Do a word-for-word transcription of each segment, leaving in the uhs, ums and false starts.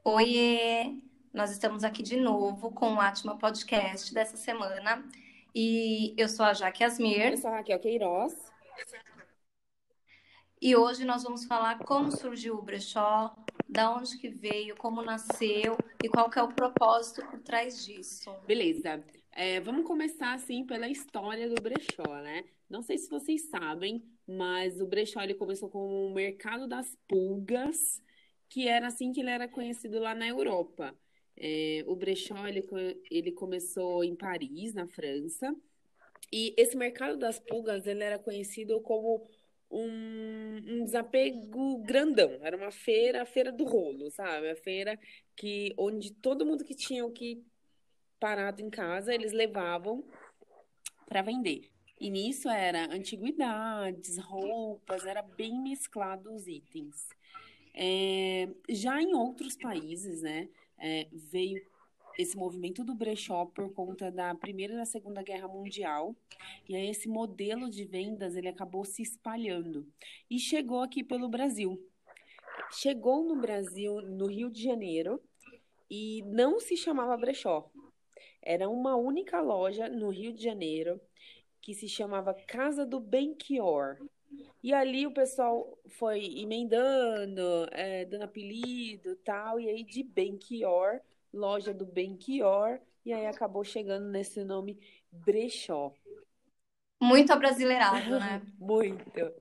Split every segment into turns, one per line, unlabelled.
Oiê! Nós estamos aqui de novo com o Atma Podcast dessa semana. E eu sou a Jaque
Eu
Asmir.
sou a Raquel Queiroz.
E hoje nós vamos falar como surgiu o brechó, da onde que veio, como nasceu e qual que é o propósito por trás disso.
Beleza. É, vamos começar assim pela história do brechó, né? Não sei se vocês sabem, mas o brechó ele começou como o mercado das pulgas, que era assim que ele era conhecido lá na Europa. É, o brechó ele, co- ele começou em Paris, na França, e esse mercado das pulgas ele era conhecido como um, um desapego grandão. Era uma feira, a feira do rolo, sabe? A feira que onde todo mundo que tinha o que parado em casa, eles levavam para vender. E nisso era antiguidades, roupas, era bem mesclado os itens. É, já em outros países, né, é, veio esse movimento do brechó por conta da Primeira e da Segunda Guerra Mundial. E aí esse modelo de vendas, ele acabou se espalhando e chegou aqui pelo Brasil. Chegou no Brasil, no Rio de Janeiro, e não se chamava brechó. Era uma única loja no Rio de Janeiro que se chamava Casa do Benchior. E ali o pessoal foi emendando, é, dando apelido e tal, e aí de Benchior, loja do Benchior, e aí acabou chegando nesse nome brechó.
Muito abrasileirado, né?
Muito.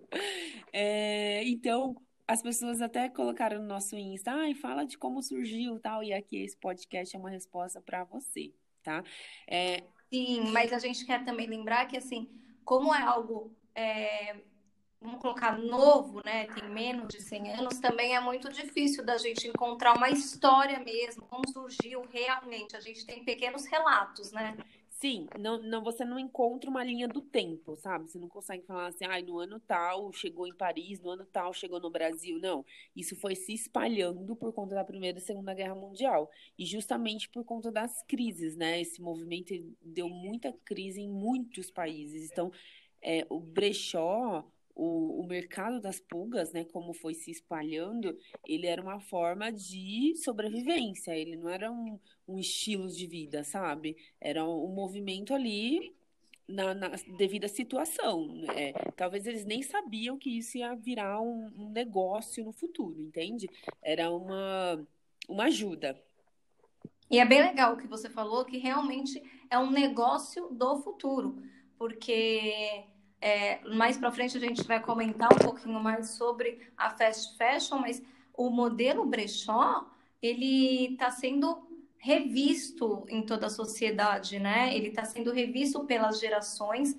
É, então, as pessoas até colocaram no nosso Insta, ai, fala de como surgiu e tal, e aqui esse podcast é uma resposta para você, tá? É,
Sim, mas a gente quer também lembrar que, assim, como é algo é, vamos colocar novo, né, tem menos de cem anos, também é muito difícil da gente encontrar uma história mesmo, como surgiu realmente. A gente tem pequenos relatos, né?
Sim, não, não, você não encontra uma linha do tempo, sabe? Você não consegue falar assim, ai, no ano tal chegou em Paris, no ano tal chegou no Brasil. Não, isso foi se espalhando por conta da Primeira e Segunda Guerra Mundial. E justamente por conta das crises, né? Esse movimento deu muita crise em muitos países. Então, é, o brechó, o, o mercado das pulgas, né? Como foi se espalhando, ele era uma forma de sobrevivência. Ele não era um, um estilo de vida, sabe? Era um movimento ali na, na devida situação. É, talvez eles nem sabiam que isso ia virar um, um negócio no futuro, entende? Era uma, uma ajuda.
E é bem legal o que você falou, que realmente é um negócio do futuro, porque é, mais para frente a gente vai comentar um pouquinho mais sobre a fast fashion, mas o modelo brechó ele está sendo revisto em toda a sociedade, né? Ele está sendo revisto pelas gerações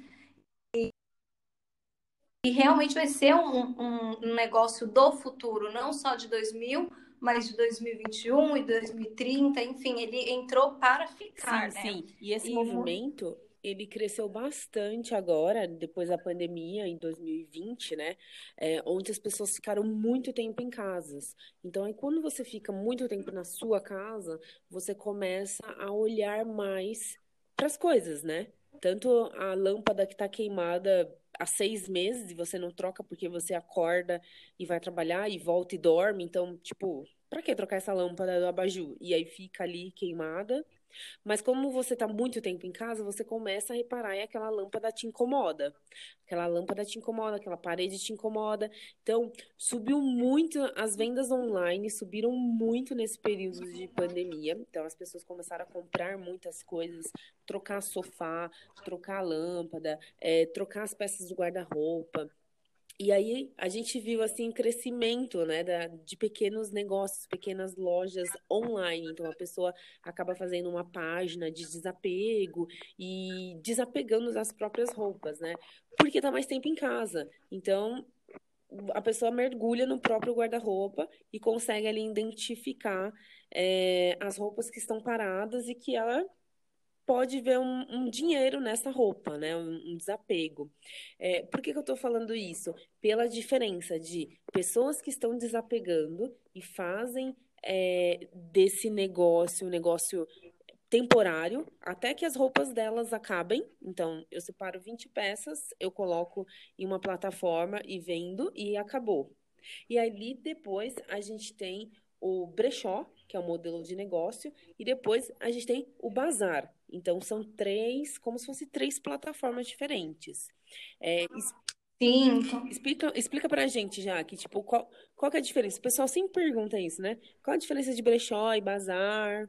e realmente vai ser um, um, um negócio do futuro, não só de dois mil, mas de dois mil e vinte e um e dois mil e trinta, enfim, ele entrou para
Sim,
ficar, né?
sim. E esse
E
movimento, ele cresceu bastante agora, depois da pandemia, em dois mil e vinte, né? É, onde as pessoas ficaram muito tempo em casas. Então, aí, quando você fica muito tempo na sua casa, você começa a olhar mais para as coisas, né? Tanto a lâmpada que está queimada há seis meses e você não troca porque você acorda e vai trabalhar e volta e dorme. Então, tipo, para que trocar essa lâmpada do abajur? E aí fica ali queimada, mas como você está muito tempo em casa, você começa a reparar e aquela lâmpada te incomoda. Aquela lâmpada te incomoda, aquela parede te incomoda. Então, subiu muito, as vendas online subiram muito nesse período de pandemia. Então, as pessoas começaram a comprar muitas coisas, trocar sofá, trocar lâmpada, é, trocar as peças do guarda-roupa. E aí a gente viu assim um crescimento, né, da, de pequenos negócios, pequenas lojas online. Então a pessoa acaba fazendo uma página de desapego e desapegando das próprias roupas, né? Porque tá mais tempo em casa. Então a pessoa mergulha no próprio guarda-roupa e consegue ali identificar é, as roupas que estão paradas e que ela pode ver um, um dinheiro nessa roupa, né? Um, um desapego. É, por que que eu estou falando isso? Pela diferença de pessoas que estão desapegando e fazem é, desse negócio um negócio temporário até que as roupas delas acabem. Então, eu separo vinte peças, eu coloco em uma plataforma e vendo e acabou. E ali depois a gente tem o brechó, que é o modelo de negócio, e depois a gente tem o bazar. Então, são três, como se fossem três plataformas diferentes. É,
Sim, então.
explica, explica pra gente, já, que, tipo, qual, qual que é a diferença? O pessoal sempre pergunta isso, né? Qual a diferença de brechó e bazar?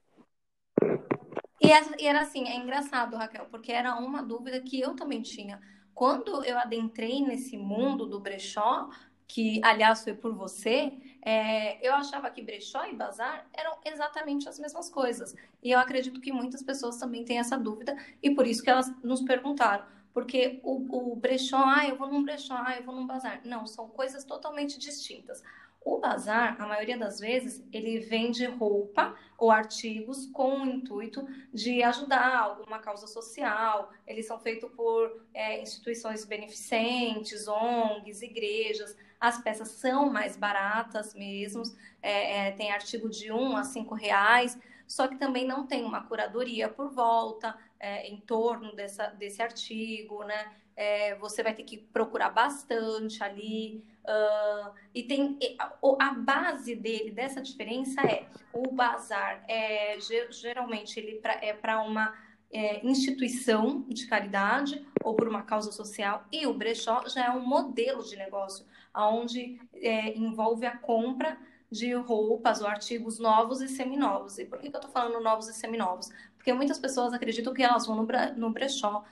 E, essa- e era assim, é engraçado, Raquel, porque era uma dúvida que eu também tinha. Quando eu adentrei nesse mundo do brechó, que aliás foi por você, é, eu achava que brechó e bazar eram exatamente as mesmas coisas. E eu acredito que muitas pessoas também têm essa dúvida, e por isso que elas nos perguntaram. Porque o, o brechó, ah, eu vou num brechó, ah, eu vou num bazar. Não, são coisas totalmente distintas. O bazar, a maioria das vezes, ele vende roupa ou artigos com o intuito de ajudar alguma causa social. Eles são feitos por é, instituições beneficentes, O N Gs, igrejas. As peças são mais baratas mesmo, é, é, tem artigo de um a cinco reais, só que também não tem uma curadoria por volta, é, em torno dessa, desse artigo, né? É, você vai ter que procurar bastante ali. Uh, e tem a, a base dele, dessa diferença é o bazar é geralmente ele pra, é para uma é, instituição de caridade ou por uma causa social, e o brechó já é um modelo de negócio onde é, envolve a compra de roupas ou artigos novos e seminovos. E por que, que eu estou falando novos e seminovos? Porque muitas pessoas acreditam que elas vão no, no brechó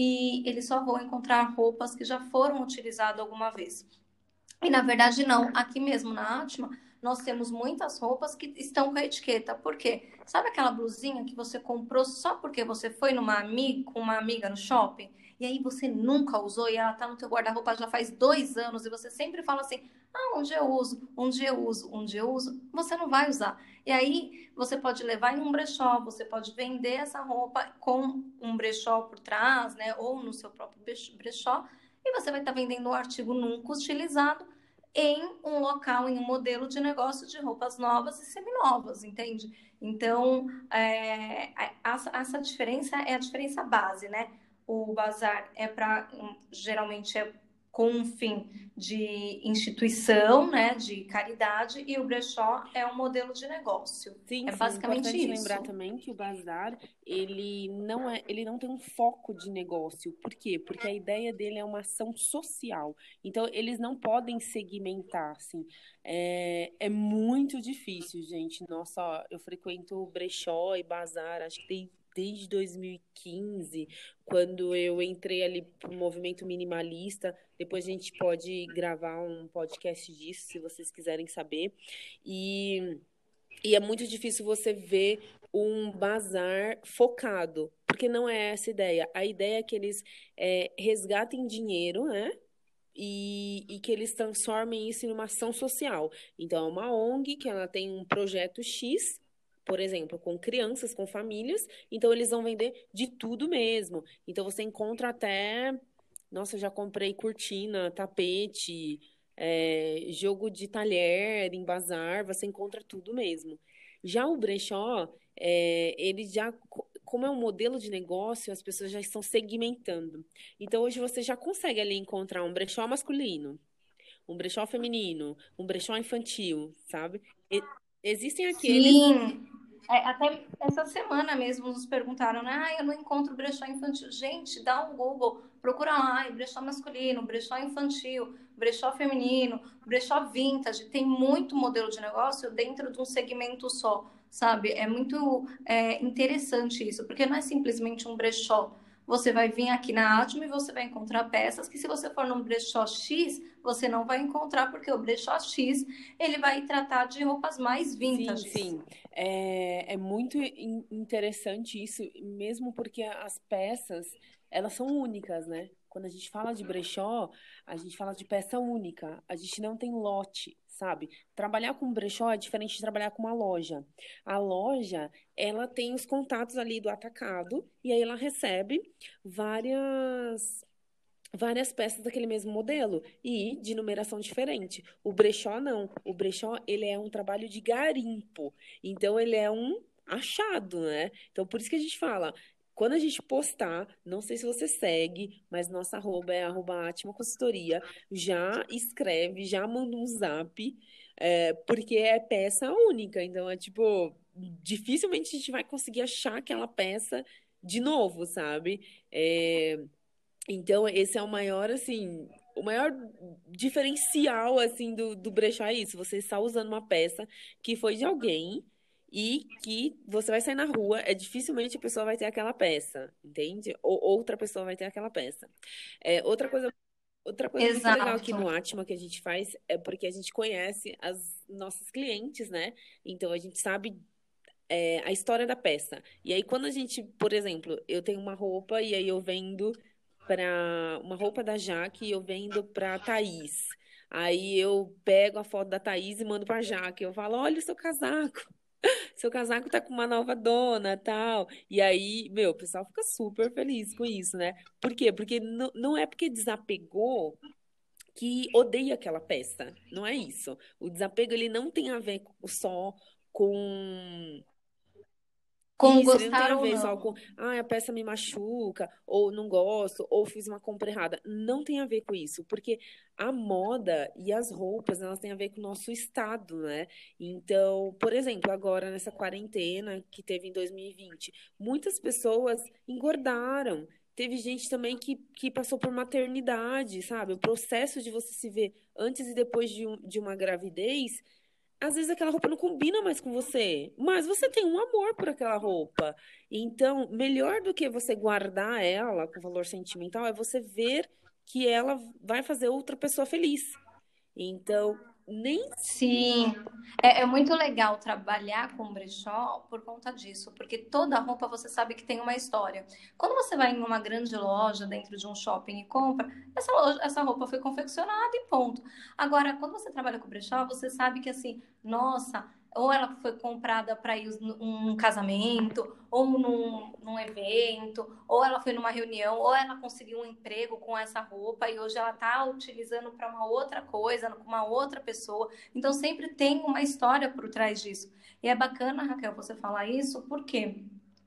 e eles só vão encontrar roupas que já foram utilizadas alguma vez. E na verdade não, aqui mesmo na Atma, nós temos muitas roupas que estão com a etiqueta. Por quê? Sabe aquela blusinha que você comprou só porque você foi numa amiga, com uma amiga no shopping? E aí você nunca usou e ela tá no teu guarda-roupa já faz dois anos e você sempre fala assim, ah, um dia eu uso, um dia eu uso, um dia eu uso. Você não vai usar. E aí você pode levar em um brechó, você pode vender essa roupa com um brechó por trás, né? Ou no seu próprio brechó. E você vai estar vendendo um artigo nunca utilizado em um local, em um modelo de negócio de roupas novas e seminovas, entende? Então, é, essa diferença é a diferença base, né? O bazar é para, geralmente, é com um fim de instituição, né, de caridade, e o brechó é um modelo de negócio.
Sim,
É
sim,
basicamente
importante lembrar
isso.
também que o bazar, ele não é, ele não tem um foco de negócio. Por quê? Porque a ideia dele é uma ação social. Então, eles não podem segmentar, assim. É, é muito difícil, gente. Nossa, ó, eu frequento brechó e bazar, acho que tem desde dois mil e quinze, quando eu entrei ali pro movimento minimalista. Depois a gente pode gravar um podcast disso, se vocês quiserem saber. E e é muito difícil você ver um bazar focado, porque não é essa a ideia. A ideia é que eles é, resgatem dinheiro, né? E, e que eles transformem isso em uma ação social. Então, é uma O N G que ela tem um projeto X, por exemplo, com crianças, com famílias, então eles vão vender de tudo mesmo. Então, você encontra até. Nossa, eu já comprei cortina, tapete, é, jogo de talher em bazar, você encontra tudo mesmo. Já o brechó, é, ele já, co- como é um modelo de negócio, as pessoas já estão segmentando. Então, hoje você já consegue ali encontrar um brechó masculino, um brechó feminino, um brechó infantil, sabe? E- existem aqueles.
Sim, é, até essa semana mesmo nos perguntaram, né? Ah, eu não encontro brechó infantil. Gente, dá um Google, procura lá, ai, brechó masculino, brechó infantil, brechó feminino, brechó vintage. Tem muito modelo de negócio dentro de um segmento só, sabe? É muito é, interessante isso, porque não é simplesmente um brechó. Você vai vir aqui na Atma e você vai encontrar peças que, se você for num brechó X, você não vai encontrar, porque o brechó X ele vai tratar de roupas mais
Sim,
vintages.
sim. É, é muito in- interessante isso, mesmo porque as peças, elas são únicas, né? Quando a gente fala de brechó, a gente fala de peça única. A gente não tem lote, sabe? Trabalhar com brechó é diferente de trabalhar com uma loja. A loja, ela tem os contatos ali do atacado e aí ela recebe várias várias peças daquele mesmo modelo e de numeração diferente. O brechó não. O brechó, ele é um trabalho de garimpo. Então, ele é um achado, né? Então, por isso que a gente fala, quando a gente postar, não sei se você segue, mas nossa arroba é arroba Atma Consultoria, já escreve, já manda um zap, É, porque é peça única. Então, é tipo, dificilmente a gente vai conseguir achar aquela peça de novo, sabe? É, então, esse é o maior, assim, o maior diferencial, assim, do, do brechó é isso. Você está usando uma peça que foi de alguém e que você vai sair na rua, é dificilmente a pessoa vai ter aquela peça, entende? Ou outra pessoa vai ter aquela peça. É, outra coisa, outra coisa muito legal aqui
Exato.
no Atma que a gente faz é porque a gente conhece as nossas clientes, né? Então, a gente sabe é, a história da peça. E aí, quando a gente, por exemplo, eu tenho uma roupa e aí eu vendo para uma roupa da Jaque e eu vendo para Thaís. Aí eu pego a foto da Thaís e mando para Jaque. Eu falo: olha o seu casaco. Seu casaco tá com uma nova dona, tal. E aí, meu, o pessoal fica super feliz com isso, né? Por quê? Porque não, não é porque desapegou que odeia aquela peça. Não é isso. O desapego, ele não tem a ver só com
Com
isso, ele não tem
gostar
a
ou
ver só
não.
com, ah, a peça me machuca, ou não gosto, ou fiz uma compra errada. Não tem a ver com isso, porque a moda e as roupas, elas têm a ver com o nosso estado, né? Então, por exemplo, agora nessa quarentena que teve em dois mil e vinte, muitas pessoas engordaram. Teve gente também que, que passou por maternidade, sabe? O processo de você se ver antes e depois de, um, de uma gravidez, às vezes aquela roupa não combina mais com você, mas você tem um amor por aquela roupa. Então, melhor do que você guardar ela com valor sentimental é você ver que ela vai fazer outra pessoa feliz. Então, nem
Sim, é, é muito legal trabalhar com brechó por conta disso, porque toda roupa você sabe que tem uma história. Quando você vai em uma grande loja dentro de um shopping e compra, essa, loja, essa roupa foi confeccionada e ponto. Agora, quando você trabalha com brechó, você sabe que assim, nossa, ou ela foi comprada para ir num casamento, ou num, num evento, ou ela foi numa reunião, ou ela conseguiu um emprego com essa roupa e hoje ela está utilizando para uma outra coisa, com uma outra pessoa. Então sempre tem uma história por trás disso. E é bacana, Raquel, você falar isso, porque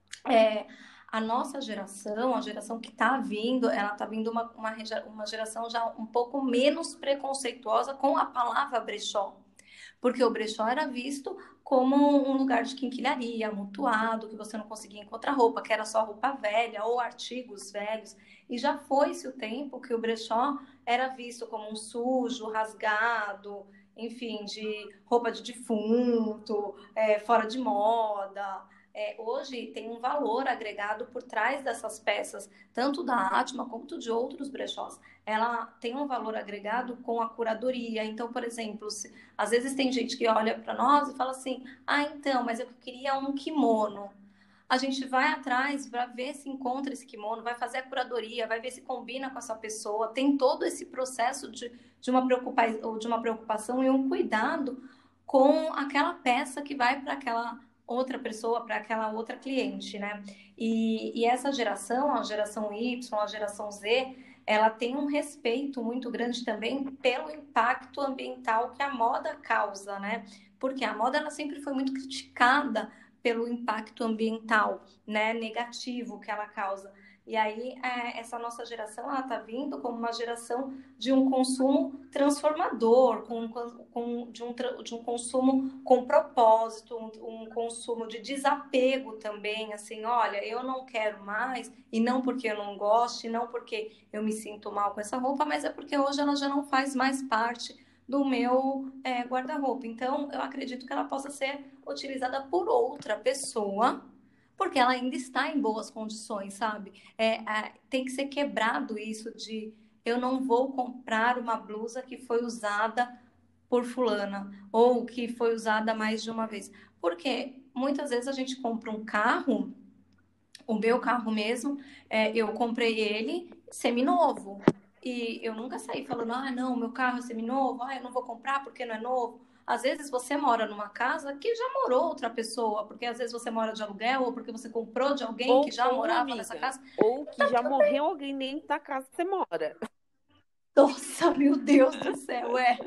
é, a nossa geração, a geração que está vindo, ela está vindo uma, uma, uma geração já um pouco menos preconceituosa com a palavra brechó. Porque o brechó era visto como um lugar de quinquilharia, amontoado, que você não conseguia encontrar roupa, que era só roupa velha ou artigos velhos. E já foi-se o tempo que o brechó era visto como um sujo, rasgado, enfim, de roupa de defunto, é, fora de moda. É, hoje tem um valor agregado por trás dessas peças, tanto da Atma quanto de outros brechós. Ela tem um valor agregado com a curadoria. Então, por exemplo, se, às vezes tem gente que olha para nós e fala assim: ah, então, mas eu queria um kimono. A gente vai atrás para ver se encontra esse kimono, vai fazer a curadoria, vai ver se combina com essa pessoa. Tem todo esse processo de, de, uma, preocupação, de uma preocupação e um cuidado com aquela peça que vai para aquela outra pessoa, para aquela outra cliente, né? E, e essa geração, a geração Y, a geração Z, ela tem um respeito muito grande também pelo impacto ambiental que a moda causa, né? Porque a moda ela sempre foi muito criticada pelo impacto ambiental, né, negativo que ela causa. E aí é, essa nossa geração ela está vindo como uma geração de um consumo transformador, com, com, de, um, de um consumo com propósito, um, um consumo de desapego também, assim, olha, eu não quero mais, e não porque eu não goste, não porque eu me sinto mal com essa roupa, mas é porque hoje ela já não faz mais parte do meu é, guarda-roupa. Então, eu acredito que ela possa ser utilizada por outra pessoa, porque ela ainda está em boas condições, sabe? É, é, tem que ser quebrado isso de eu não vou comprar uma blusa que foi usada por fulana ou que foi usada mais de uma vez. Porque muitas vezes a gente compra um carro, o meu carro mesmo, é, eu comprei ele seminovo. E eu nunca saí falando, ah, não, meu carro é seminovo, ah, eu não vou comprar porque não é novo. Às vezes você mora numa casa que já morou outra pessoa, porque às vezes você mora de aluguel ou porque você comprou de alguém que
ou,
já
ou
morava nessa
amiga,
casa.
ou que já morreu alguém dentro da casa que você mora.
Nossa, meu Deus do céu, é.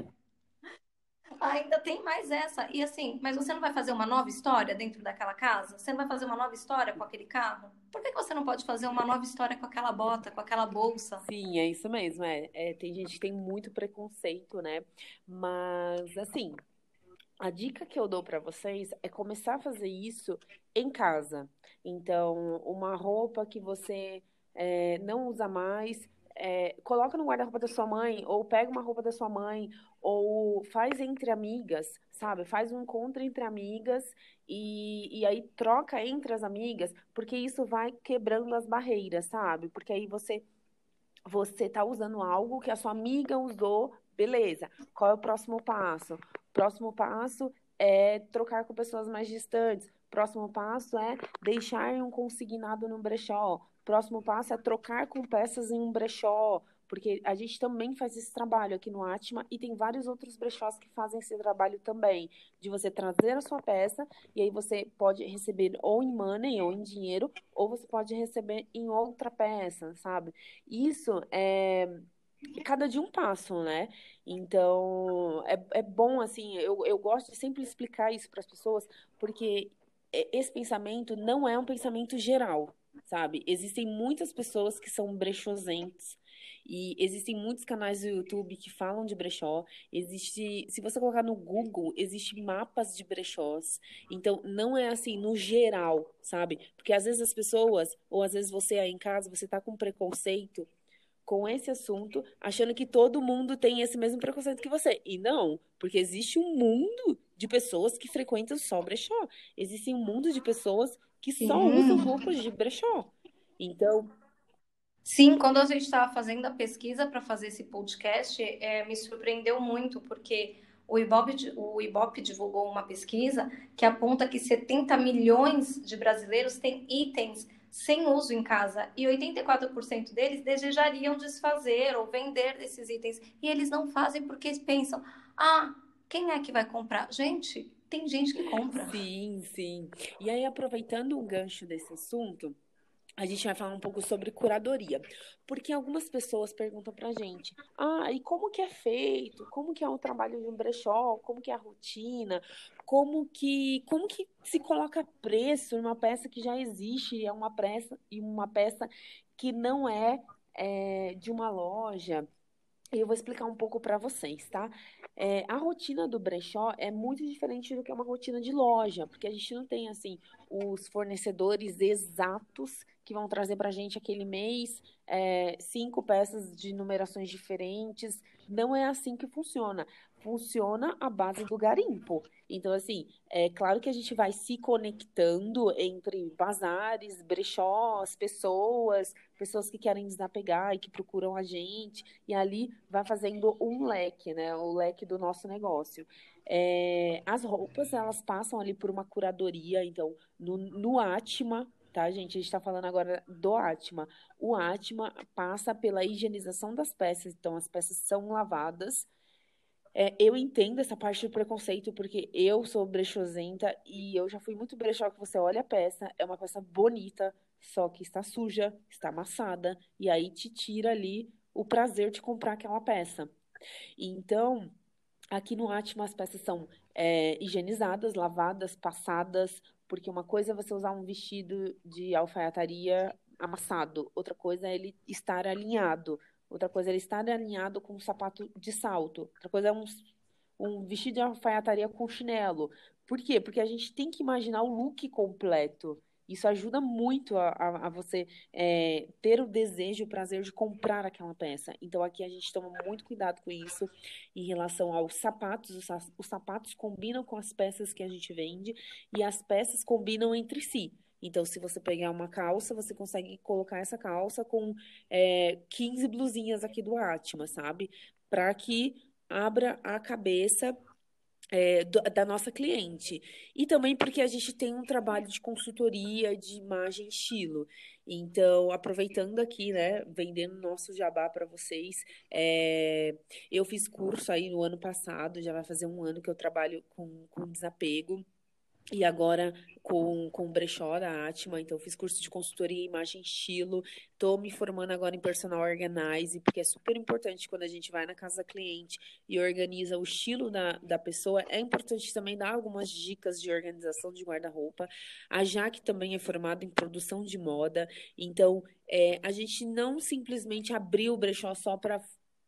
Ainda tem mais essa. E assim, mas você não vai fazer uma nova história dentro daquela casa? Você não vai fazer uma nova história com aquele carro? Por que que você não pode fazer uma nova história com aquela bota, com aquela bolsa?
Sim, é isso mesmo. É, é, tem gente que tem muito preconceito, né? Mas, assim, A dica que eu dou para vocês é começar a fazer isso em casa. Então, uma roupa que você é, não usa mais, é, coloca no guarda-roupa da sua mãe, ou pega uma roupa da sua mãe, ou faz entre amigas, sabe? Faz um encontro entre amigas e, e aí troca entre as amigas, porque isso vai quebrando as barreiras, sabe? Porque aí você você está usando algo que a sua amiga usou, beleza. Qual é o próximo passo? Próximo passo é trocar com pessoas mais distantes. Próximo passo é deixar um consignado no brechó. Próximo passo é trocar com peças em um brechó. Porque a gente também faz esse trabalho aqui no Atma e tem vários outros brechós que fazem esse trabalho também, de você trazer a sua peça e aí você pode receber ou em money ou em dinheiro, ou você pode receber em outra peça, sabe? Isso é cada dia um passo, né? Então, é, é bom, assim, eu, eu gosto de sempre explicar isso para as pessoas, porque esse pensamento não é um pensamento geral, sabe? Existem muitas pessoas que são brechosentes, e existem muitos canais do YouTube que falam de brechó. Existe, se você colocar no Google, existem mapas de brechós. Então, não é assim no geral, sabe? Porque às vezes as pessoas, ou às vezes você aí em casa, você tá com preconceito com esse assunto, achando que todo mundo tem esse mesmo preconceito que você. E não, porque existe um mundo de pessoas que frequentam só brechó. Existe um mundo de pessoas que só usam
Sim.
roupas de brechó. Então,
Sim, quando a gente estava fazendo a pesquisa para fazer esse podcast, é, me surpreendeu muito, porque o Ibope, o Ibope divulgou uma pesquisa que aponta que setenta milhões de brasileiros têm itens sem uso em casa e oitenta e quatro por cento deles desejariam desfazer ou vender esses itens. E eles não fazem porque eles pensam: ah, quem é que vai comprar? Gente, tem gente que compra.
sim, sim. E aí, aproveitando o gancho desse assunto, a gente vai falar um pouco sobre curadoria, porque algumas pessoas perguntam pra gente: ah, e como que é feito? Como que é o trabalho de um brechó? Como que é a rotina? Como que, como que se coloca preço numa peça que já existe, é uma peça e uma peça que não é, é de uma loja? E eu vou explicar um pouco para vocês, tá? É, a rotina do brechó é muito diferente do que uma rotina de loja, porque a gente não tem, assim, os fornecedores exatos que vão trazer para a gente aquele mês é, cinco peças de numerações diferentes. Não é assim que funciona. Funciona à base do garimpo. Então, assim, é claro que a gente vai se conectando entre bazares, brechós, pessoas, pessoas que querem desapegar e que procuram a gente, e ali vai fazendo um leque, né? O leque do nosso negócio. É, as roupas, elas passam ali por uma curadoria, então, no, no Atma, tá, gente? A gente está falando agora do Atma. O Atma passa pela higienização das peças, então as peças são lavadas. É, eu entendo essa parte do preconceito, porque eu sou brechosenta e eu já fui muito brechó que você olha a peça, é uma peça bonita, só que está suja, está amassada, e aí te tira ali o prazer de comprar aquela peça. Então, aqui no Atma as peças são é, higienizadas, lavadas, passadas, porque uma coisa é você usar um vestido de alfaiataria amassado, outra coisa é ele estar alinhado, outra coisa é ele estar alinhado com um sapato de salto, outra coisa é um, um vestido de alfaiataria com chinelo. Por quê? Porque a gente tem que imaginar o look completo. Isso ajuda muito a, a, a você é, ter o desejo, o prazer de comprar aquela peça. Então aqui a gente toma muito cuidado com isso em relação aos sapatos. Os, os sapatos combinam com as peças que a gente vende e as peças combinam entre si. Então, se você pegar uma calça, você consegue colocar essa calça com é, quinze blusinhas aqui do Atma, sabe? Para que abra a cabeça é, do- da nossa cliente. E também porque a gente tem um trabalho de consultoria de imagem e estilo. Então, aproveitando aqui, né, vendendo nosso jabá para vocês, é, eu fiz curso aí no ano passado, já vai fazer um ano que eu trabalho com, com desapego. E agora com, com o brechó da Atma, então fiz curso de consultoria, imagem e estilo, tô me formando agora em personal organize, porque é super importante quando a gente vai na casa da cliente e organiza o estilo da, da pessoa, é importante também dar algumas dicas de organização de guarda-roupa. A Jaque também é formada em produção de moda, então é, a gente não simplesmente abriu o brechó só para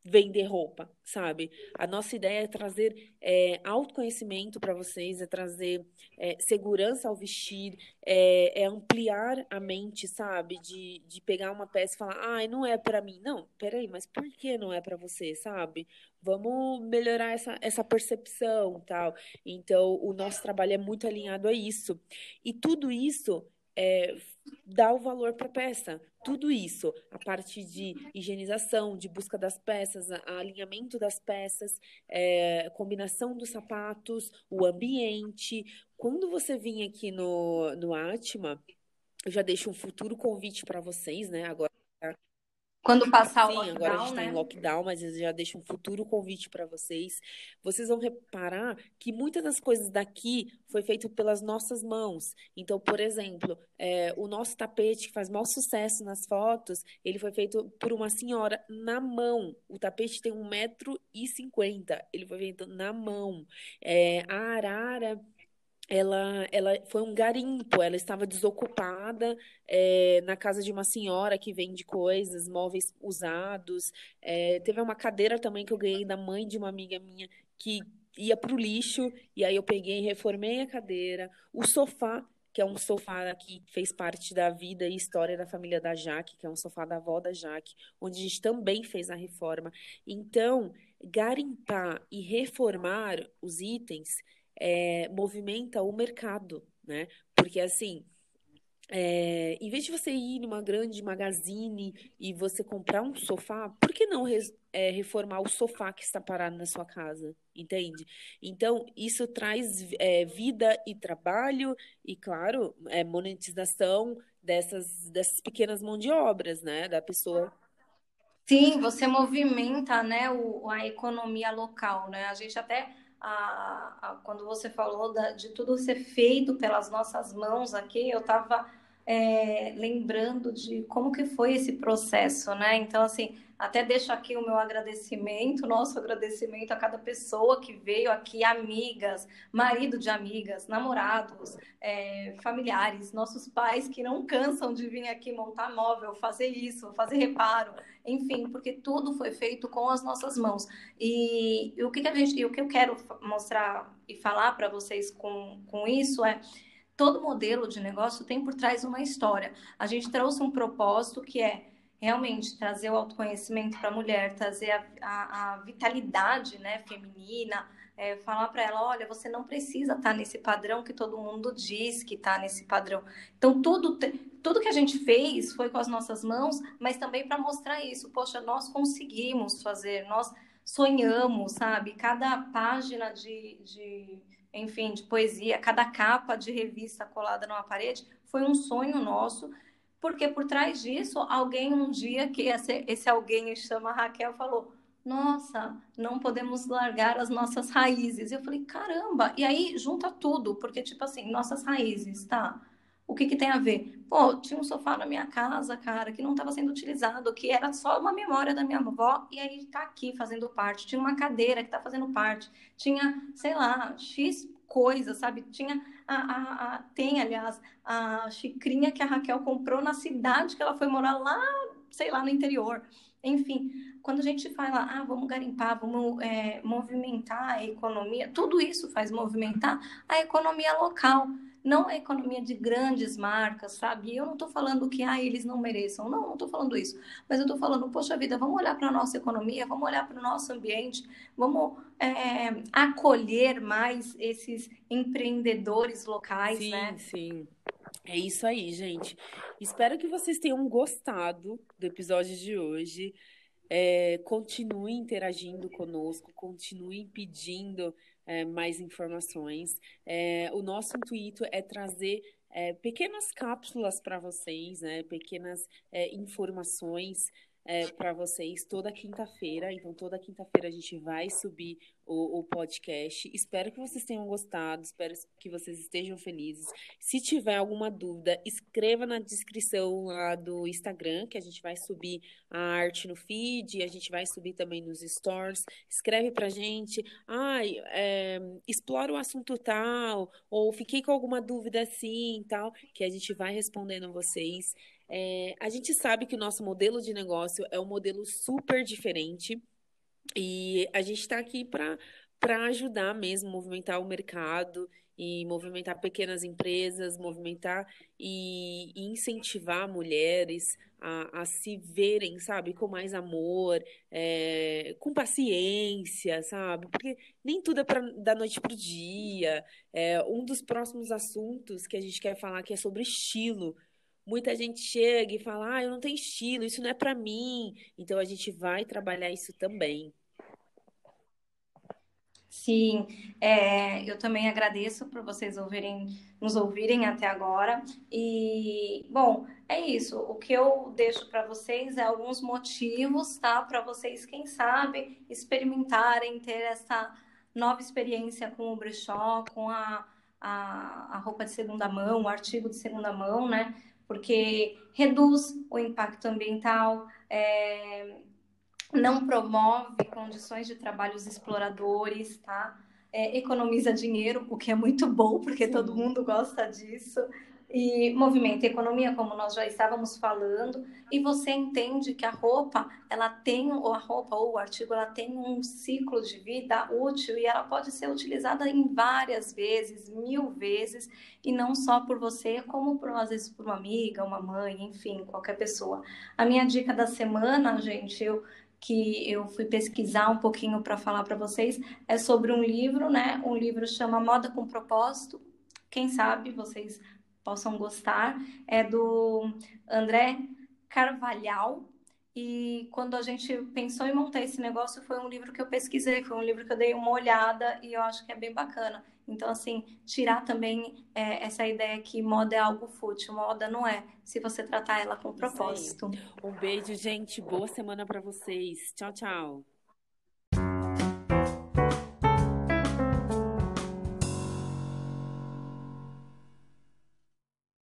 vender roupa, sabe? A nossa ideia é trazer é, autoconhecimento para vocês, é trazer é, segurança ao vestir, é, é ampliar a mente, sabe? De, de pegar uma peça e falar, ai, não é para mim. Não, peraí, mas por que não é para você, sabe? Vamos melhorar essa, essa percepção, tal. Então, o nosso trabalho é muito alinhado a isso. E tudo isso é, dá o valor para a peça. Tudo isso, a parte de higienização, de busca das peças, a- alinhamento das peças, é, combinação dos sapatos, o ambiente. Quando você vir aqui no, no Atma, eu já deixo um futuro convite para vocês, né? Agora.
Quando passar o
Sim, agora a gente
lockdown,
está em
né?
lockdown, mas eu já deixo um futuro convite para vocês. Vocês vão reparar que muitas das coisas daqui foi feito pelas nossas mãos. Então, por exemplo, é, o nosso tapete, que faz maior sucesso nas fotos, ele foi feito por uma senhora na mão. O tapete tem um metro e cinquenta. Ele foi feito na mão. É, a arara ela, ela foi um garimpo, ela estava desocupada, é, na casa de uma senhora que vende coisas, móveis usados. É, teve uma cadeira também que eu ganhei da mãe de uma amiga minha que ia para o lixo, e aí eu peguei e reformei a cadeira. O sofá, que é um sofá que fez parte da vida e história da família da Jaque, que é um sofá da avó da Jaque, onde a gente também fez a reforma. Então, garimpar e reformar os itens é, movimenta o mercado, né? Porque assim, é, em vez de você ir numa grande magazine e você comprar um sofá, por que não res- é, reformar o sofá que está parado na sua casa? Entende? Então, isso traz é, vida e trabalho e, claro, é, monetização dessas, dessas pequenas mãos de obras, né? Da pessoa.
Sim, você movimenta, né, o, a economia local, né? A gente até, a, a- quando você falou da- de tudo ser feito pelas nossas mãos aqui, eu estava lembrando de como que foi esse processo, né? Então, assim, até deixo aqui o meu agradecimento, nosso agradecimento a cada pessoa que veio aqui, amigas, marido de amigas, namorados, é, familiares, nossos pais que não cansam de vir aqui montar móvel, fazer isso, fazer reparo, enfim, porque tudo foi feito com as nossas mãos. E, e o que, que a gente, e o que eu quero mostrar e falar para vocês com, com isso é todo modelo de negócio tem por trás uma história. A gente trouxe um propósito que é realmente trazer o autoconhecimento para a mulher, trazer a, a, a vitalidade, né, feminina, é, falar para ela, olha, você não precisa estar tá nesse padrão que todo mundo diz que está nesse padrão. Então, tudo, tudo que a gente fez foi com as nossas mãos, mas também para mostrar isso. Poxa, nós conseguimos fazer, nós sonhamos, sabe? Cada página de, de enfim, de poesia, cada capa de revista colada numa parede, foi um sonho nosso, porque por trás disso, alguém um dia, que esse, esse alguém chama Raquel, falou, nossa, não podemos largar as nossas raízes. Eu falei, caramba, e aí junta tudo, porque tipo assim, nossas raízes, tá? O que que tem a ver? Pô, tinha um sofá na minha casa, cara, que não estava sendo utilizado, que era só uma memória da minha avó, e aí tá aqui fazendo parte. Tinha uma cadeira que tá fazendo parte. Tinha, sei lá, X coisas, sabe? Tinha a, a, a, tem, aliás, a xicrinha que a Raquel comprou na cidade que ela foi morar lá, sei lá, no interior. Enfim, quando a gente fala, ah, vamos garimpar, vamos é, movimentar a economia, tudo isso faz movimentar a economia local, não a economia de grandes marcas, sabe? E eu não estou falando que ah, eles não mereçam, não, não estou falando isso, mas eu estou falando, poxa vida, vamos olhar para a nossa economia, vamos olhar para o nosso ambiente, vamos é, acolher mais esses empreendedores locais,
Sim,
né?
sim. É isso aí, gente. Espero que vocês tenham gostado do episódio de hoje. É, continuem interagindo conosco, continuem pedindo é, mais informações. É, o nosso intuito é trazer é, pequenas cápsulas para vocês, né, pequenas é, informações para vocês toda quinta-feira. Então, toda quinta-feira a gente vai subir o, o podcast. Espero que vocês tenham gostado, espero que vocês estejam felizes. Se tiver alguma dúvida, escreva na descrição lá do Instagram, que a gente vai subir a arte no feed, a gente vai subir também nos stories. Escreve pra gente, ai, é, explora o assunto tal, ou fiquei com alguma dúvida assim, tal, que a gente vai respondendo vocês. É, a gente sabe que o nosso modelo de negócio é um modelo super diferente. E a gente está aqui para para ajudar mesmo, movimentar o mercado e movimentar pequenas empresas, movimentar e, e incentivar mulheres a, a se verem, sabe, com mais amor, é, com paciência, sabe? Porque nem tudo é pra, da noite pro dia. É, um dos próximos assuntos que a gente quer falar aqui é sobre estilo. Muita gente chega e fala, ah, eu não tenho estilo, isso não é para mim. Então a gente vai trabalhar isso também.
Sim, é, eu também agradeço por vocês ouvirem, nos ouvirem até agora. E, bom, é isso. O que eu deixo para vocês é alguns motivos, tá? Para vocês, quem sabe, experimentarem, ter essa nova experiência com o brechó, com a, a, a roupa de segunda mão, o artigo de segunda mão, né? Porque reduz o impacto ambiental, é, não promove condições de trabalhos exploradores, tá? É, economiza dinheiro, o que é muito bom, porque todo
Sim.
mundo gosta disso. E movimenta a economia, como nós já estávamos falando, e você entende que a roupa, ela tem, ou a roupa ou o artigo, ela tem um ciclo de vida útil e ela pode ser utilizada em várias vezes, mil vezes, e não só por você, como por, às vezes por uma amiga, uma mãe, enfim, qualquer pessoa. A minha dica da semana, gente, eu que eu fui pesquisar um pouquinho para falar para vocês, é sobre um livro, né? Um livro chama Moda com Propósito. Quem sabe vocês possam gostar. É do André Carvalhal. E quando a gente pensou em montar esse negócio, foi um livro que eu pesquisei, foi um livro que eu dei uma olhada e eu acho que é bem bacana. Então, assim, tirar também é, essa ideia que moda é algo fútil. Moda não é, se você tratar ela com
Isso aí.
propósito.
Um beijo, gente. Boa semana para vocês. Tchau, tchau.